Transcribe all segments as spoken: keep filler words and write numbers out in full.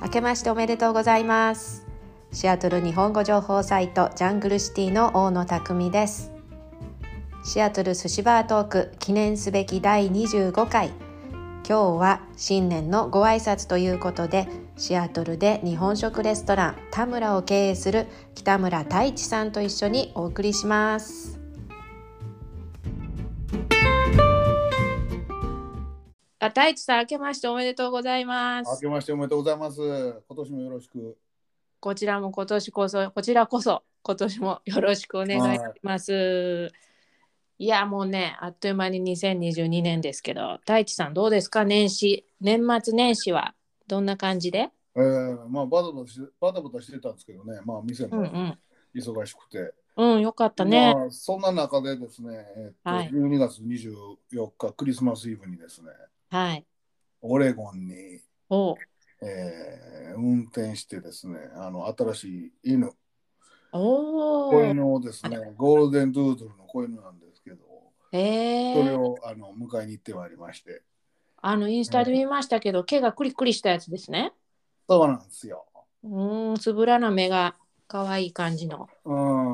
けましておめでとうございます。シアトル日本語情報サイトジャングルシティの大野匠です。シアトル寿司バートーク記念すべきだいにじゅうごかい、今日は新年のご挨拶ということで、シアトルで日本食レストラン田村を経営する北村太一さんと一緒にお送りします。あ、太一さん、明けましておめでとうございます。 明けましておめでとうございます。今年もよろしく。 こちらも今年こそ、こちらこそ今年もよろしくお願いします。いや、もうね、あっという間ににせんにじゅうにねんですけど、太一さんどうですか？年始、年末年始はどんな感じで？ えー、まあバタバタしバタバタしてたんですけどね、まあ店もうんうん。 忙しくて、 うん、よかったね。 まあそんな中でですね、えっと、 はい。 じゅうにがつにじゅうよっかクリスマスイブにですね、 はい。 オレゴンに、 おえー運転してですね、あの新しい犬、子おー。 犬をですね、ゴールデンドゥードルの子犬なんですけど、それえー、 をあの迎えに行ってまいりまして、 あのインスえータで見ましたけど、毛がクリクリしたやつですね。 そうなんですよ。 うーん、つぶらな目が可愛い感じの。 うん、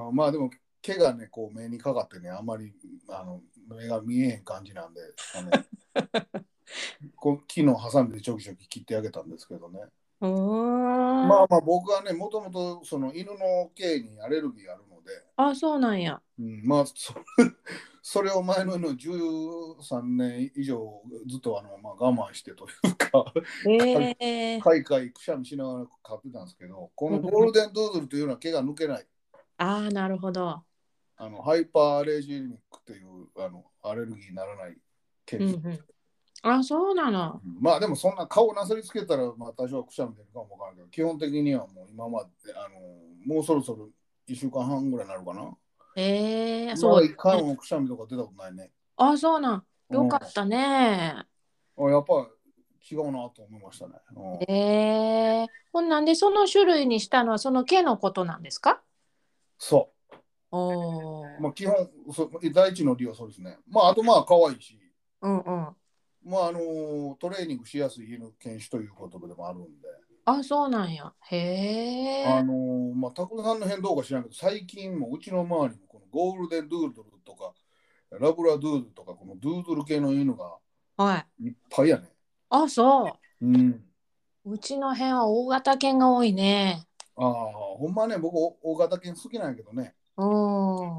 まあでも毛がねこう目にかかってねあんまりあの目が見えへん感じなんであのこ木のハサミでちょきちょき切ってあげたんですけどね。 うーん。 まあまあ僕はねもともとその犬の毛にアレルギーあるので、 あ、そうなんや。 うん、まあそそれを前の犬じゅうさんねん以上ずっとあの、まあ、我慢してというかえー、 かいかいくしゃみしながら飼ってたんですけど、こうんのゴーうん、 ルデンドードルというのは毛が抜けない、 ああ、なるほど。 あのハイパーアレルギーニックというあのアレルギーにならない毛に。 うんうん。あ、そうなの。 まあでもそんな顔なすりつけたらまあ多少くしゃみ出るかもわからんけど、基本的にはもう今まであのもうそろそろいっしゅうかんはんぐらいになるかな。 えー、そうまだ一回ね。 もくしゃみとか出たことないね。 あ、そうなん。 うん。 よかったね。 あ、やっぱ違うなと思いましたね。うん。 えー、ほんなんでその種類にしたのはその毛のことなんですか？ そおう。まあー。 基本そ第一の理由はそうですね。まああとまあ可愛いし、 うんうん。 まああのトレーニングしやすい犬犬種ということでもあるんで。 あ、そうなんや。へえ。 あのーまあ、タクさんの辺どうか知らんけど、最近もうちの周りもこのゴールデンドゥードルとか、ラブラドゥードルとか、このドゥードル系の犬がはい。 いっぱいやね。 あ、そうん。 う。うちの辺は大型犬が多いね。 ああ、ほんまね、僕、お大型犬好きなんやけどね。 うん。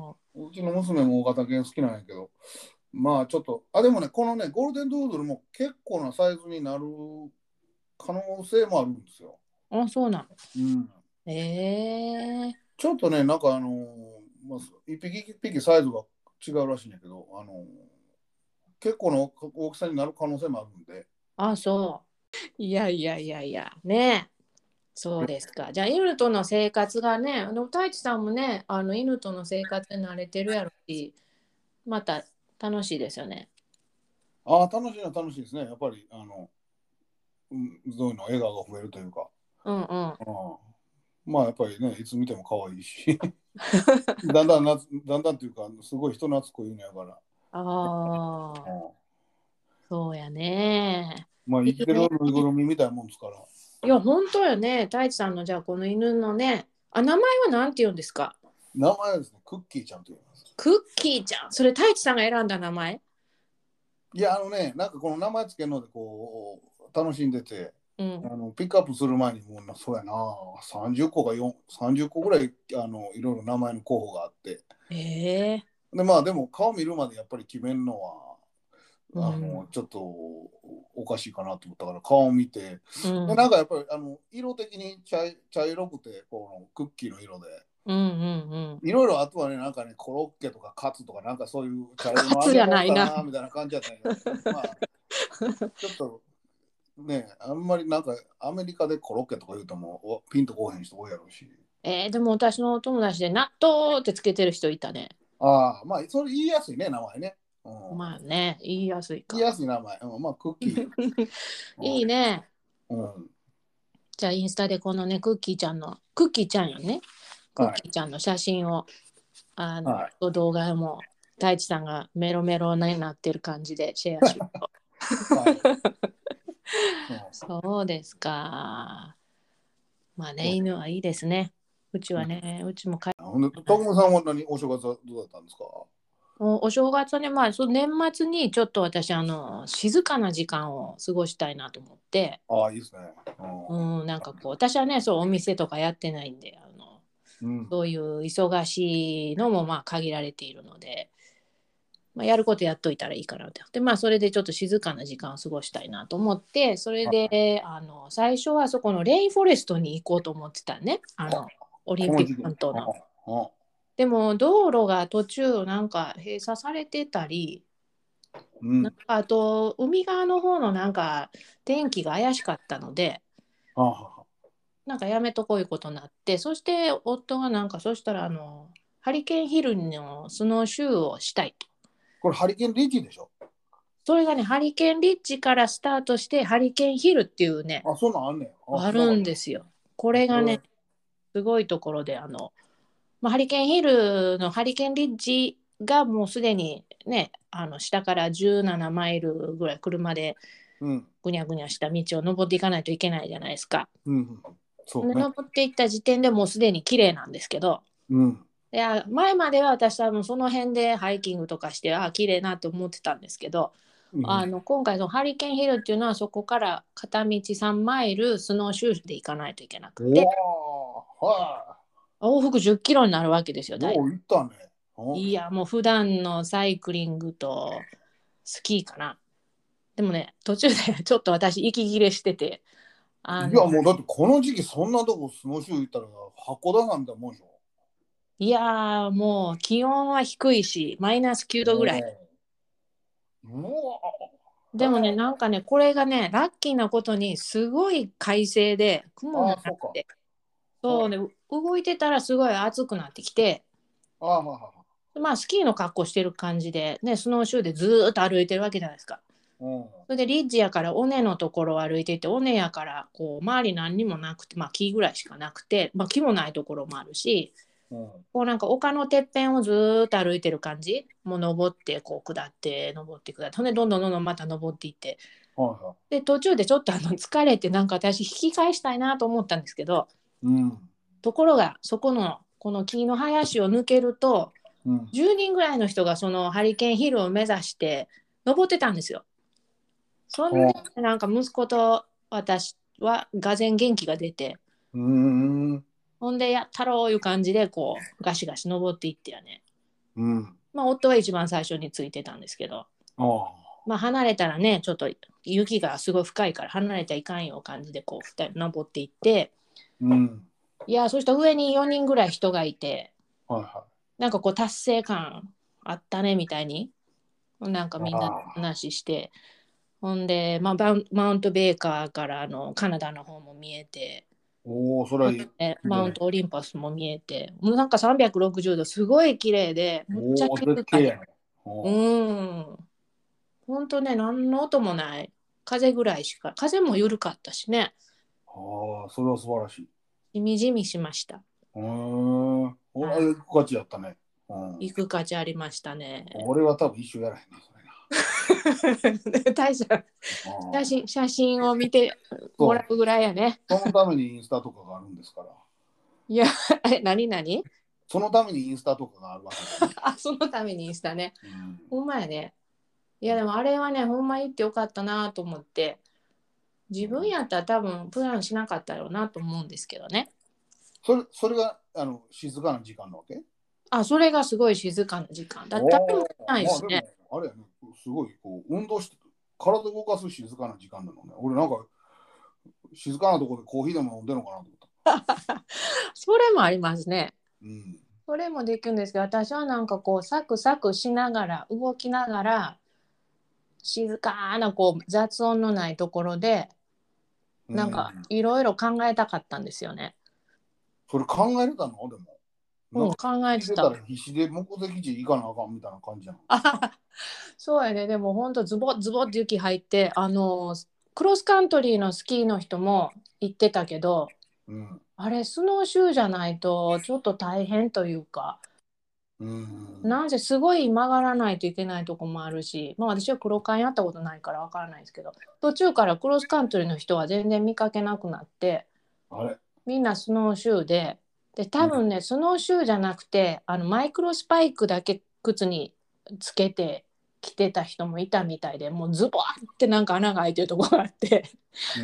うちの娘も大型犬好きなんやけど、まあちょっと、あ、でもね、このね、ゴールデンドゥードルも結構なサイズになる可能性もあるんですよ。 あ、そうなの。 うん。 へえ。 ちょっとね、なんかあのーまあ、一匹一匹サイズが違うらしいんやけど、あのー結構の大きさになる可能性もあるんで。 あ、そう。いやいやいやいや。ね。そうですか。じゃあ、犬との生活がね、あの太一さんもね、あの犬との生活に慣れてるやろし、また楽しいですよね。 ああ、楽しいのは楽しいですね。やっぱり、あの、うん、そういうの笑顔が増えるというか。 うんうん。 あまあ、やっぱりね、いつ見ても可愛いし、だんだんな、だんだんというか、すごい人懐っこい犬やから。 ああ、 うんそうやね。 まあ、生きてるいいね。 ぬいぐるみみたいなもんですから。 いや、本当よね。太一さんのじゃあ、この犬のね、あ、名前は何て言うんですか？ 名前はですね、クッキーちゃんと言います。 クッキーちゃん。それ太一さんが選んだ名前？ いや、あのね、なんかこの名前つけるので、こう、楽しんでて、 うん。 あのピックアップする前にもうな、そうやな、さんじゅっこかよん、さんじゅっこぐらいあのいろいろ名前の候補があって、 ええ、 で、まあでも顔見るまでやっぱり決めるのは、 うん。 あのちょっとおかしいかなと思ったから顔を見て、で、なうん。 んかやっぱりあの色的に茶茶色くて、このクッキーの色で、 うんうんうん。 いろいろあとはね、なんかね、コロッケとかカツとか、なんかそういう茶色の揚カツげ物かやないな。 なみたいな感じだったんやけど、まあ、ちょっとね、あんまりなんかアメリカでコロッケとか言うともうピンとこうへん人多いやろうし。 えー、でも私のお友達で納豆ってつけてる人いたね。 ああ、まあ、それ言いやすいね、名前ね。うん、 まあね、言いやすい言いか。 やすい名前。うん、まあ、クッキー。 いいね。 うん。うん、 じゃあインスタでこのね、クッキーちゃんの、クッキーちゃんよね。クッはい。 キーちゃんの写真を、あの、 はい。 動画も、太一さんがメロメロになってる感じでシェアしようと。 はい。うん、 そうですか。 まあね、犬はいいですね。うちはね、うちも飼いほんで、たくみさんは何、お正月はどうだったんですか？ お、お正月はね、まあ、その年末にちょっと私、あの、静かな時間を過ごしたいなと思って、 ああ、いいですね。 うん、なんかこう、私はね、そう、お店とかやってないんで、あの、 うん。 そういう忙しいのもまあ限られているので、まあ、やることやっといたらいいかなって。で、まあ、それでちょっと静かな時間を過ごしたいなと思って、それはい。 で、あの、最初はそこのレインフォレストに行こうと思ってたね。あの、オリンピックこの時期に。あ担当の。 あ、 でも、道路が途中なんか閉鎖されてたり、 うん。 なんかあと、海側の方のなんか天気が怪しかったので、 はあ、はあ。 なんかやめとこういうことになって、そして夫がなんか、そしたらあの、ハリケーンヒルのスノーシューをしたいと。 これハリケーンリッチでしょ？ それがね、ハリケーンリッジからスタートして、ハリケーンヒルっていうね、 あ、そんなんあんねん。あ、 ある知らなかっんですよ。こた。 れがね、 ええ。 すごいところで、あの、まあ、ハリケーンヒルのハリケーンリッジがもうすでにね、あの下からじゅうななマイルぐらい車でうん。 ぐにゃぐにゃした道を登っていかないといけないじゃないですか。 うん。うん。そうでね。 登っていった時点でもうすでに綺麗なんですけど、 うん。 いや前までは私はもうその辺でハイキングとかしてああ綺麗なと思ってたんですけど、 うん。 あの今回のハリケーンヒルっていうのはそこから片道さんマイルスノーシューで行かないといけなくおて、 お、は往復じゅっキロになるわけですよ。 い。よう行ったね。ういやもう普段のサイクリングとスキーかな。でもね途中でちょっと私息切れしてて、あん。いや、 のもうだってこの時期そんなとこスノーシュー行ったら函館なんだもんでしょ。 いやもう気温は低いしマイナスきゅうどぐらい。 うん。うわ。 でもね、なんかね、これがね、ラッキーなことに、すごい快晴で、雲もああ、そうか。 なくて、そうね、動いてたらすごい暑くなってきて、 ああ、ははは。 まあ、スキーの格好してる感じで、ね、スノーシューでずーっと歩いてるわけじゃないですか。 うん。 それで、リッジやから、尾根のところを歩いていて、尾根やから、こう、周り何にもなくて、まあ、木ぐらいしかなくて、まあ、木もないところもあるし、 うん。 こうなんか丘のてっぺんをずーっと歩いてる感じ、もう登って、こう下って、登って下って、ほんで、どんどんどんどんまた登っていって、 はいはで途中でちょっとあの疲れてなんか私引き返したいなと思ったんですけど、 い。うん。 ところがそこのこの木の林を抜けるとうん。 じゅうにんぐらいの人がそのハリケーンヒルを目指して登ってたんですよ。そんではあ。 なんか息子と私はがぜ元気が出て、 うーん。 ほんでやったろういう感じでこうガシガシ登っていってやね、 うん。 まあ夫は一番最初についてたんですけど、 ああ。 まあ離れたらねちょっと雪がすごい深いから離れちゃいかんよ感じでこうふたり登っていって、 うん。 いや、そしたら上によにんぐらい人がいて、 はいはなんかこう達成感あったねみたいに、なんかい。 みんなでああ。 話して、ほんで、まあ、バウンマウントベーカーからあのカナダの方も見えて、 おお、それほんはいい。 で綺麗。 マウントオリンパスも見えて、もうなんかさんびゃくろくじゅうどすごい綺麗で、むっちゃおお、絶静かで、 景やね。 うおん、ほんとね、何の音もない、風ぐらいしか、風も緩かったしね、 ああ、それは素晴らしい。 しみじみしました。 うーん。俺ははい、 行く価値やったね。うん。 行く価値ありましたね。 俺は多分一緒やらへんな、それな。 大したあ写あ。 真、写真を見てもらそう。 うぐらいやね。 そのためにインスタとかがあるんですから。 いや、え、何何そのためにインスタとかがあるわけでね。 あ、そのためにインスタね。 うん。 ほんまやね。いや、でもあれはね、ほんま行ってよかったなと思って、自分やったら多分プランしなかったよなと思うんですけどね。 それ、それが、あの、静かな時間なわけ？ あ、それがすごい静かな時間。だって誰もおお、 いないしね。 まあでも、あれやね、すごい、こう、運動して、体動かす静かな時間なのね。俺なんか、静かなところでコーヒーでも飲んでるのかなと思った。 それもありますね。 うん。 それもできるんですけど、私はなんかこう、サクサクしながら、動きながら、静かなこう雑音のないところで、なんかうん。 いろいろ考えたかったんですよね。 それ考えれたのでも。なんうん、 か、 考えてた。 聞いてたら必死で目的地行かなあかんみたいな感じじゃん。 あははそうやね。でも本当ズボズボって雪入って、あのクロスカントリーのスキーの人も行ってたけど、 うん。 あれスノーシューじゃないとちょっと大変というか、 うん。 なんせすごい曲がらないといけないとこもあるし、まあ私は黒缶やったことないからわからないですけど、途中からクロスカントリーの人は全然見かけなくなって、 あれ。 みんなスノーシューで、で多分ね、うん、スノーシューじゃなくてあのマイクロスパイクだけ靴につけて着てた人もいたみたいで、もうズボーってなんか穴が開いてるところがあって、うん、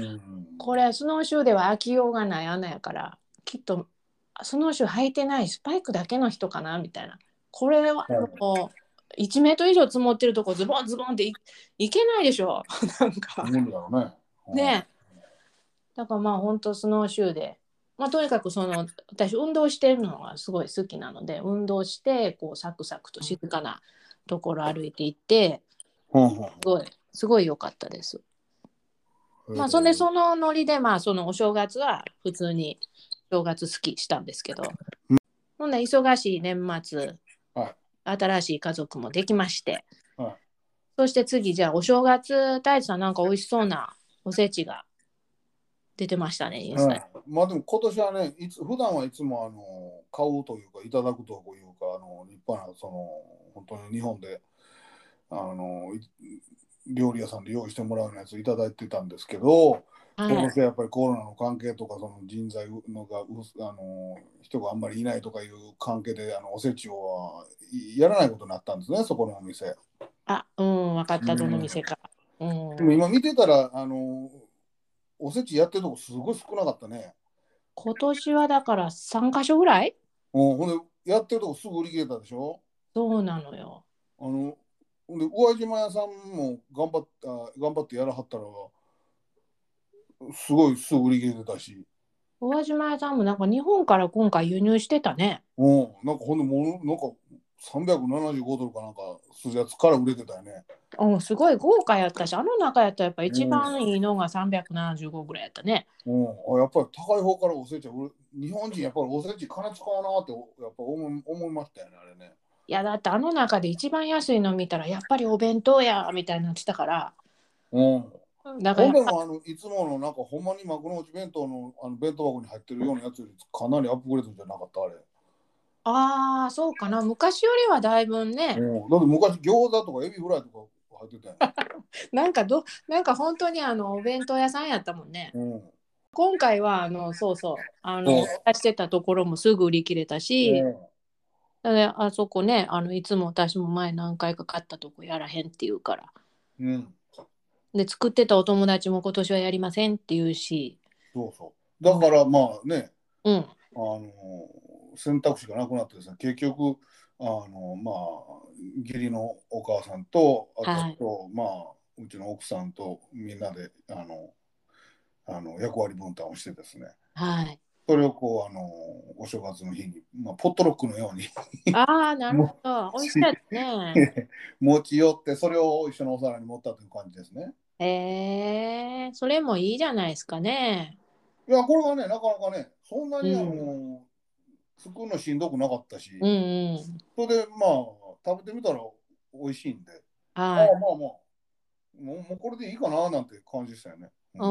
これスノーシューでは開きようがない穴やから、きっとスノーシュー履いてないスパイクだけの人かなみたいな。これはもういちメートル以上積もってるとこズボンズボンって い, いけないでしょなんか無理だろうね。 ねえ、だからまあ本当スノーシューで、まあ、とにかくその私運動してるのがすごい好きなので、運動してこうサクサクと静かなところ歩いていって、 うん、 すごいすごい良かったです。まあそんでそのノリでまあそのお正月は普通に正月好きしたんですけど、うん、ほんで忙しい年末、はい、新しい家族もできまして、はい、そして次じゃあお正月、太一さんなんか美味しそうなおせちが出てましたね、インスタに。 はい、まあでも今年はね、いつ普段はいつもあの買うというかいただくというか、あの立派なその本当に日本であの料理屋さんで用意してもらうやつをいただいてたんですけど、はい、今年はやっぱりコロナの関係とかその人材のがあの人があんまりいないとかいう関係であのおせちをやらないことになったんですね、そこのお店。 あ、うん、分かった、どの店か。 うん、でも今見てたらあのおせちやってるとこすごい少なかったね。 今年はだからさんかしょぐらい、 うん、ほんでやってるとこすぐ売り切れたでしょ。 そうなのよ。 あのほんで宇和島屋さんも頑張った頑張ってやらはったらすごいすぐ売り切れてたし、 宇和島屋さんもなんか日本から今回輸入してたね。 うん、なんかほんでもうなんかさんびゃくななじゅうごドルかなんかするやつから売れてたよね。 うん、すごい豪華やったし、あの中やったらやっぱ一番いいのがさんびゃくななじゅうごぐらいやったね。 うん、あやっぱり高い方からおせちは日本人やっぱりおせち金使うなってやっぱ思い、思いましたよね、あれね。 いやだってあの中で一番安いの見たらやっぱりお弁当やみたいになってたから。 うん。だからほんでもあのいつものなんかほんまに幕の内弁当のあの弁当箱に入ってるようなやつよりかなりアップグレードじゃなかったあれ。 ああそうかな、昔よりはだいぶね。 うん、だって昔餃子とかエビフライとか入ってたよ、ね、 なんかどなんか本当にあのお弁当屋さんやったもんね。うん、今回はあのそうそうあの出してたところもすぐ売り切れたし。うん、あそこね、あのいつも私も前何回か買ったとこやらへんって言うから、うん、で作ってたお友達も今年はやりませんって言うし、 そうそうだからまあね、 うん、 あの選択肢がなくなってですね、結局あのまあ義理のお母さんとあと、はい、まあうちの奥さんとみんなであのあの役割分担をしてですね、 はい、 それをこうあのお正月の日に、まあ、ポットロックのようにああなるほど美味しかったね持ち寄ってそれを一緒のお皿に盛ったという感じですね。 えー、それもいいじゃないですかね。 いやこれがねなかなかねそんなにあの、うん、作るのしんどくなかったし、 うんうん、 それでまあ食べてみたら美味しいんで、はい、ああまあまあもう、もうこれでいいかななんて感じでしたよね。 うん、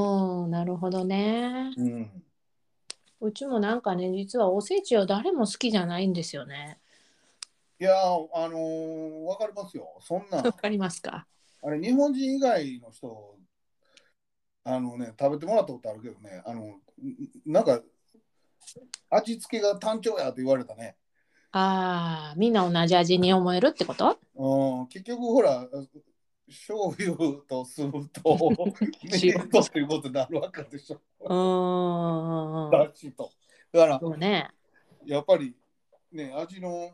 なるほどね。 うん、 うちもなんかね実はおせちは誰も好きじゃないんですよね。 いやあのー、分かりますよそんな。 分かりますか。 あれ日本人以外の人あのね食べてもらったことあるけどね、あのなんか味付けが単調やって言われたね。 ああみんな同じ味に思えるってこと？ うん、結局ほら醤油と酢と味噌ということになるわけでしょ。うん。だしと。だから、 そうね、 やっぱりね、味の、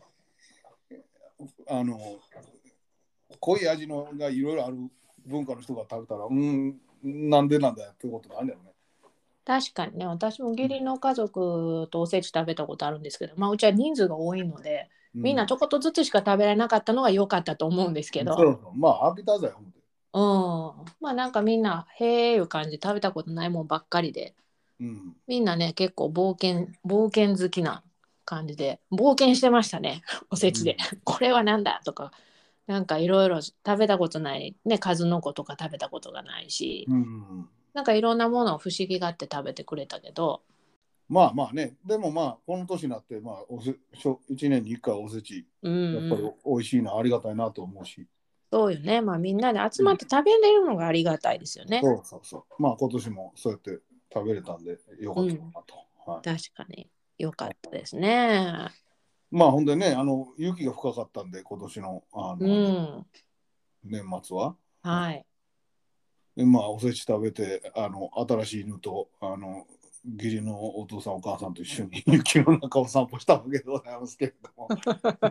あの、濃い味のがいろいろある文化の人が食べたら、うん、なんでなんだよってことなんだよね。 確かにね、私も義理の家族とおせち食べたことあるんですけど、まあ、うちは人数が多いので、うん、みんなちょこっとずつしか食べられなかったのが良かったと思うんですけど、 そうそうまあ、飽きたぜ、思って。 うん、まあなんかみんな、へえいう感じ、食べたことないもんばっかりで、うん、みんなね、結構冒険、冒険好きな感じで、冒険してましたね、おせちで。うん、これはなんだとか、なんかいろいろ食べたことない、ね、数の子とか食べたことがないし、うん、なんかいろんなものを不思議がって食べてくれたけど、 まあまあね、でもまあこの年になって、まあ、おせいちねんにいっかいおせち、うんうん、やっぱり美味しいのありがたいなと思うし。 そうよね、まあみんなで集まって食べれるのがありがたいですよね。 うん、そうそうそう。まあ今年もそうやって食べれたんでよかったなとはい、 確かに良かったですね。 まあほんでね、あの雪が深かったんで今年のあの、 うん、 年末は、 はい。 でまあおせち食べて、あの新しい犬とあの義理のお父さんお母さんと一緒に雪の中を散歩したわけでございますけれども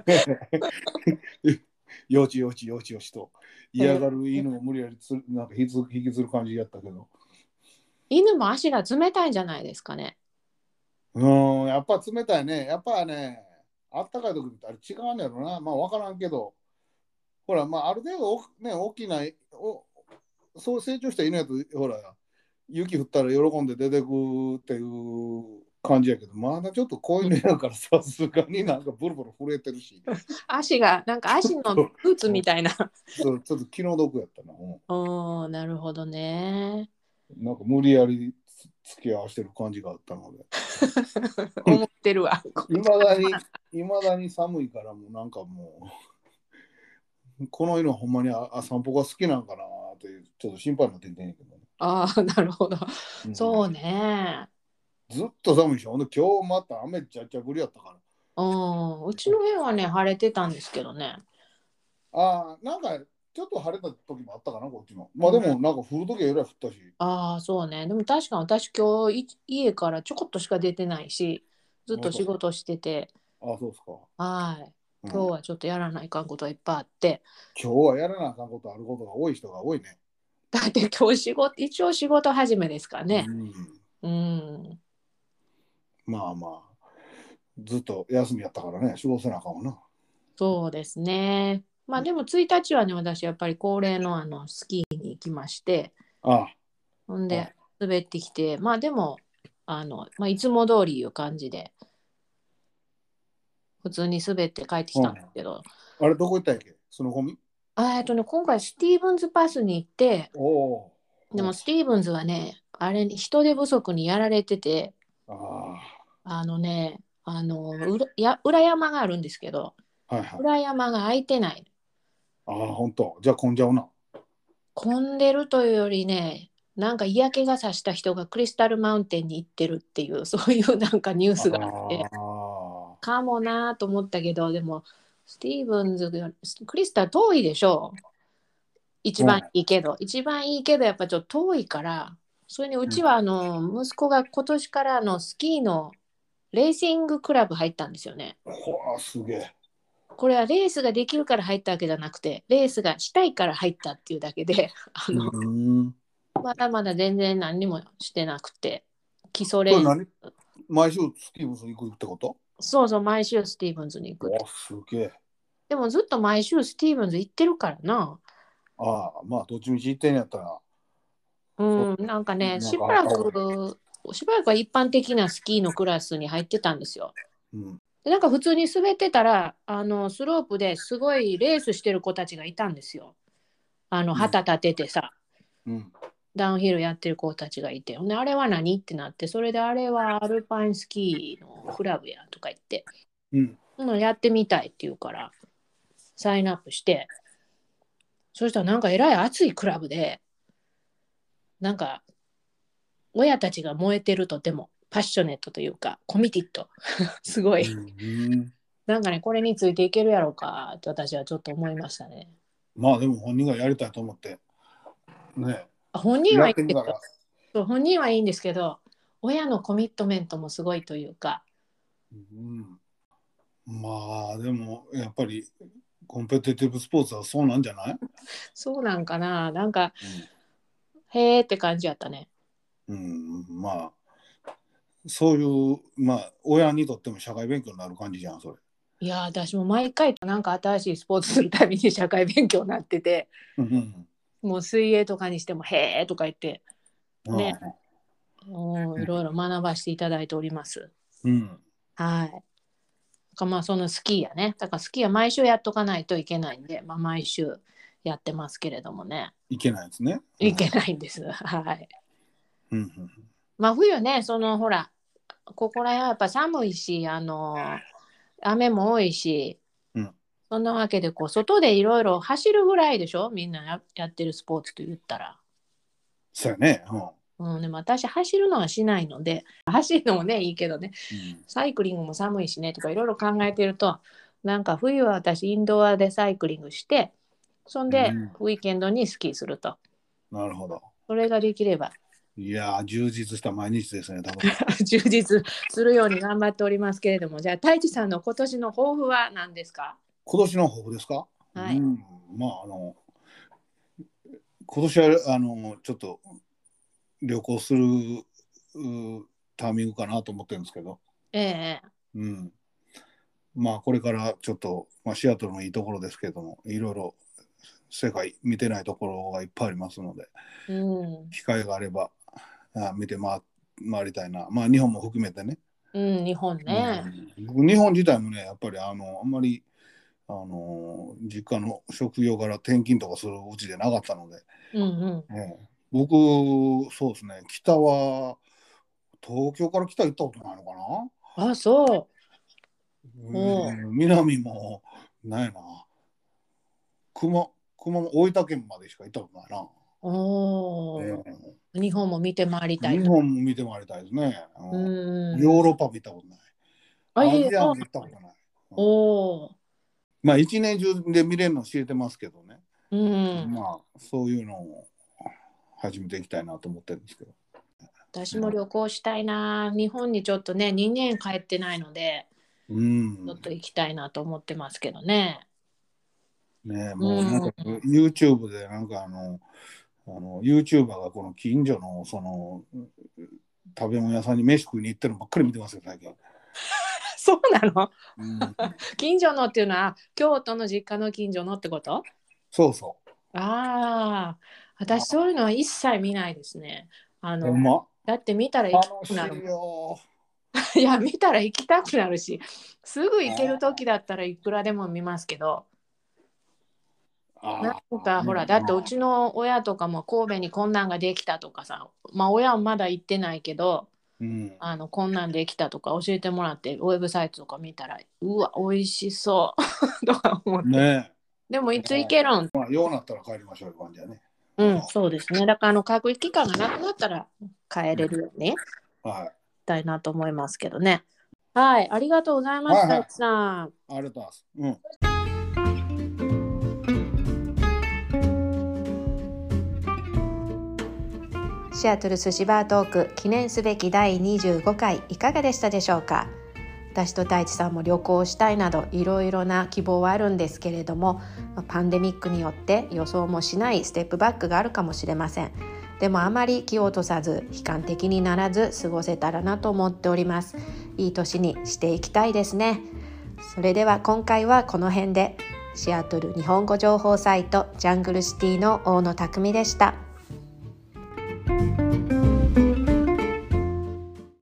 よちよちよちよちと嫌がる犬を無理やりつなんか引き引きずる感じやったけど、 犬も足が冷たいんじゃないですかね。 うーんやっぱ冷たいね。やっぱね、あったかい時ってあれ違うんやろな。まあ分からんけど、ほら、まあある程度おね、大きなおそう成長した犬やと、ほら、雪降ったら喜んで出てくっていう感じやけど、まだちょっとこういうのやからさすがになんかブルブル震えてるし、 足がなんか足のブーツみたいな。 そうちょっと気の毒やったな。うんおー、なるほどね。 なんか無理やりつ付き合わせてる感じがあったので、 思ってるわ。 いまだに、いまだに寒いからもうなんかもう、この犬はほんまにああ散歩が好きなんかなっていう、ちょっと心配になってきてんやけどね。 ああ、なるほど。 うんそうね。 ずっと寒いでしょ。ほんで今日また雨ちゃっちゃぶりやったから。 うん、うちの辺はね、晴れてたんですけどね。 ああ、なんかちょっと晴れた時もあったかな、こっちも。まあでもなんか降る時はえらい降ったし。 ああ、そうね。でも確か私今日い家からちょこっとしか出てないし、ずっと仕事してて、 ああ、そうですか。 はい。 うん、 今日はちょっとやらないかんことがいっぱいあって、 今日はやらなあかんことあることが多い人が多いね。 だって今日仕事、一応仕事始めですからね。 うん、 うん。 まあまあ、ずっと休みやったからね、仕事せなあかんわな。 そうですね。まあでもついたちはね、私やっぱり恒例のあのスキーに行きまして、 あほんであ、はい滑ってきて、まあでも、あの、まあ、いつも通りいう感じで、普通に滑って帰ってきたんですけど、 うん、あれ、どこ行ったんやっけそのゴミ。 あえっとね、今回スティーブンズパスに行って、 おお。 でもスティーブンズはね、あれに人手不足にやられてて、 ああのね、あの、裏や裏山があるんですけど、 あ、はいはい。 裏山が空いてない。 ああ、ほんと。じゃあ混んじゃうな。 混んでるというよりね、なんか嫌気がさした人がクリスタルマウンテンに行ってるっていう、そういうなんかニューあスがあって、 あ、 かもなと思ったけど、でも、スティーブンズより、クリスタル遠いでしょう。一番うん、 いいけど、一番いいけど、やっぱちょっと遠いから、それにううん。 ちはあの息子が今年からあのスキーのレーシングクラブ入ったんですよね。 ほわ、すげえ。 これはレースができるから入ったわけじゃなくて、レースがしたいから入ったっていうだけで、あのうん。 まだまだ全然何にもしてなくて、基礎練習。 これ何毎週スティーブンス行くってこと？ そうそう、毎週スティーブンズに行くって。 わ、すげえ。 でもずっと毎週スティーブンズ行ってるからな。 ああ、まあ、どっちみち行ってんやったら、そうん、なんかう、 ね、 なんしばらかあった方がいい。 く、しばらくは一般的なスキーのクラスに入ってたんですよ。 うん。 で、なんか普通に滑ってたら、あのスロープですごいレースしてる子たちがいたんですよ。あの旗立ててさ、 うん。 ダウンヒルやってる子たちがいて、ほんであれは何ってなって、それであれはアルパインスキーのクラブやとか言って、 うん。 うん、やってみたいって言うから、サインアップして、そしたらなんかえらい熱いクラブで、なんか親たちが燃えてるとてもパッショネットというかコミティッドすごい、 うん。 なんかねこれについていけるやろうかって私はちょっと思いましたね。 まあ、でも本人がやりたいと思って、ね、 本人はいいんですよ。 やってみたら、 そう本人はいいんですけど、親のコミットメントもすごいというか。 うん、まあ、でも、やっぱり、コンペティティブスポーツはそうなんじゃない？ そうなんかな、なんか、へーって感じやったね。 うん、うん、まあ、そういう、まあ、親にとっても社会勉強になる感じじゃん、それ。 いや私も毎回なんか新しいスポーツするたびに社会勉強になってて、 うん、 もう水泳とかにしてもへーとか言ってうん、 ね、うん、いろいろ学ばせていただいております。 うん、 はい。かまあそのスキーやね。だからスキーは毎週やっとかないといけないんで、まあ、毎週やってますけれどもね。 いけないですね。うん、 いけないんです。はい。 うん、うん、 まあ冬ね、そのほら、ここら辺はやっぱ寒いし、あの、雨も多いし、 うん、 そんなわけでこう外でいろいろ走るぐらいでしょみんなや、やってるスポーツと言ったら。 そうやね。うん、 うん、でも私走るのはしないので、走るのもねいいけどね、 うんサイクリングも寒いしねとかいろいろ考えてると、なんか冬は私インドアでサイクリングして、そんでうんウィーケンドにスキーすると。 なるほど。 それができればいやー、充実した毎日ですね、多分。 充実するように頑張っておりますけれども、じゃあ太一さんの今年の抱負は何ですか？ 今年の抱負ですか？ はい、 うん、まあ、あの、今年は、あの、ちょっと旅行するうタイミングかなと思ってるんですけど、 ええうん。まあ、これからちょっと、まあ、シアトルのいいところですけども、いろいろ世界見てないところがいっぱいありますので、 うん、 機会があればあ見て回、回りたいな。まあ、日本も含めてね。 うん、日本ね、 うん、日本自体もね、やっぱりあの、あんまり、あの実家の職業から転勤とかするうちでなかったので、 うんうん、 ええ僕、そうですね、北は、東京から北行ったことないのかな。 あ、そう、おう、 うん、南も、ないな。熊、熊も大分県までしか行ったことないな。 おー、 え日本も見て回りえ日たいと。 本も見て回りたいですね。 ううん、 ん、 ヨーロッパも行ったことない。 あ、いいよ、 アジアも行ったことない。うん、 おー、 まあ、一年中で見れるの知れてますけどね。 うん、 まあ、そういうのを始めていきたいなと思ってるんですけど。 私も旅行したいな。日本にちょっとね、にねん帰ってないので、 うん。 ちょっと行きたいなと思ってますけどね。 ねえ、 うもうなんか、 ん、 YouTube でなんかあの、あの YouTuber がこの近所のその食べ物屋さんに飯食いに行ってるのばっかり見てますよ、最近。 そうなの？ うん、 近所のっていうのは、京都の実家の近所のってこと？ そうそああ、私そういうのは一切見ないですね。あう。ほの、 んまだって見たら行きた楽しくなる。 いよ。 いや、見たら行きたくなるし、すぐ行けるあ時だったらいくらでも見ますけど、なあんかほら、だってうちの親とかも神戸にこんなんができたとかさ、まあ親はまだ行ってないけど、 うん、 あのこんなんできたとか教えてもらってウェブサイトとか見たら、うわ美味しそうとか思って、 ねでもいつえ。 行けるん？ まあ、ようなったら帰りましょういう感じだね。 うん、そうですね。だからあの隔離期間がなくなったら帰れるようにしはい。 たいなと思いますけどね。はい、ありがとうございました、 はいはい。 いちさん。 ありがとうございます。うん。 シアトル寿司バートーク記念すべきだいにじゅうごかいいかがでしたでしょうか。私と太一さんも旅行したいなどいろいろな希望はあるんですけれども、パンデミックによって予想もしないステップバックがあるかもしれません。でもあまり気を落とさず悲観的にならず過ごせたらなと思っております。いい年にしていきたいですね。それでは今回はこの辺で。シアトル日本語情報サイトジャングルシティの大野匠でした。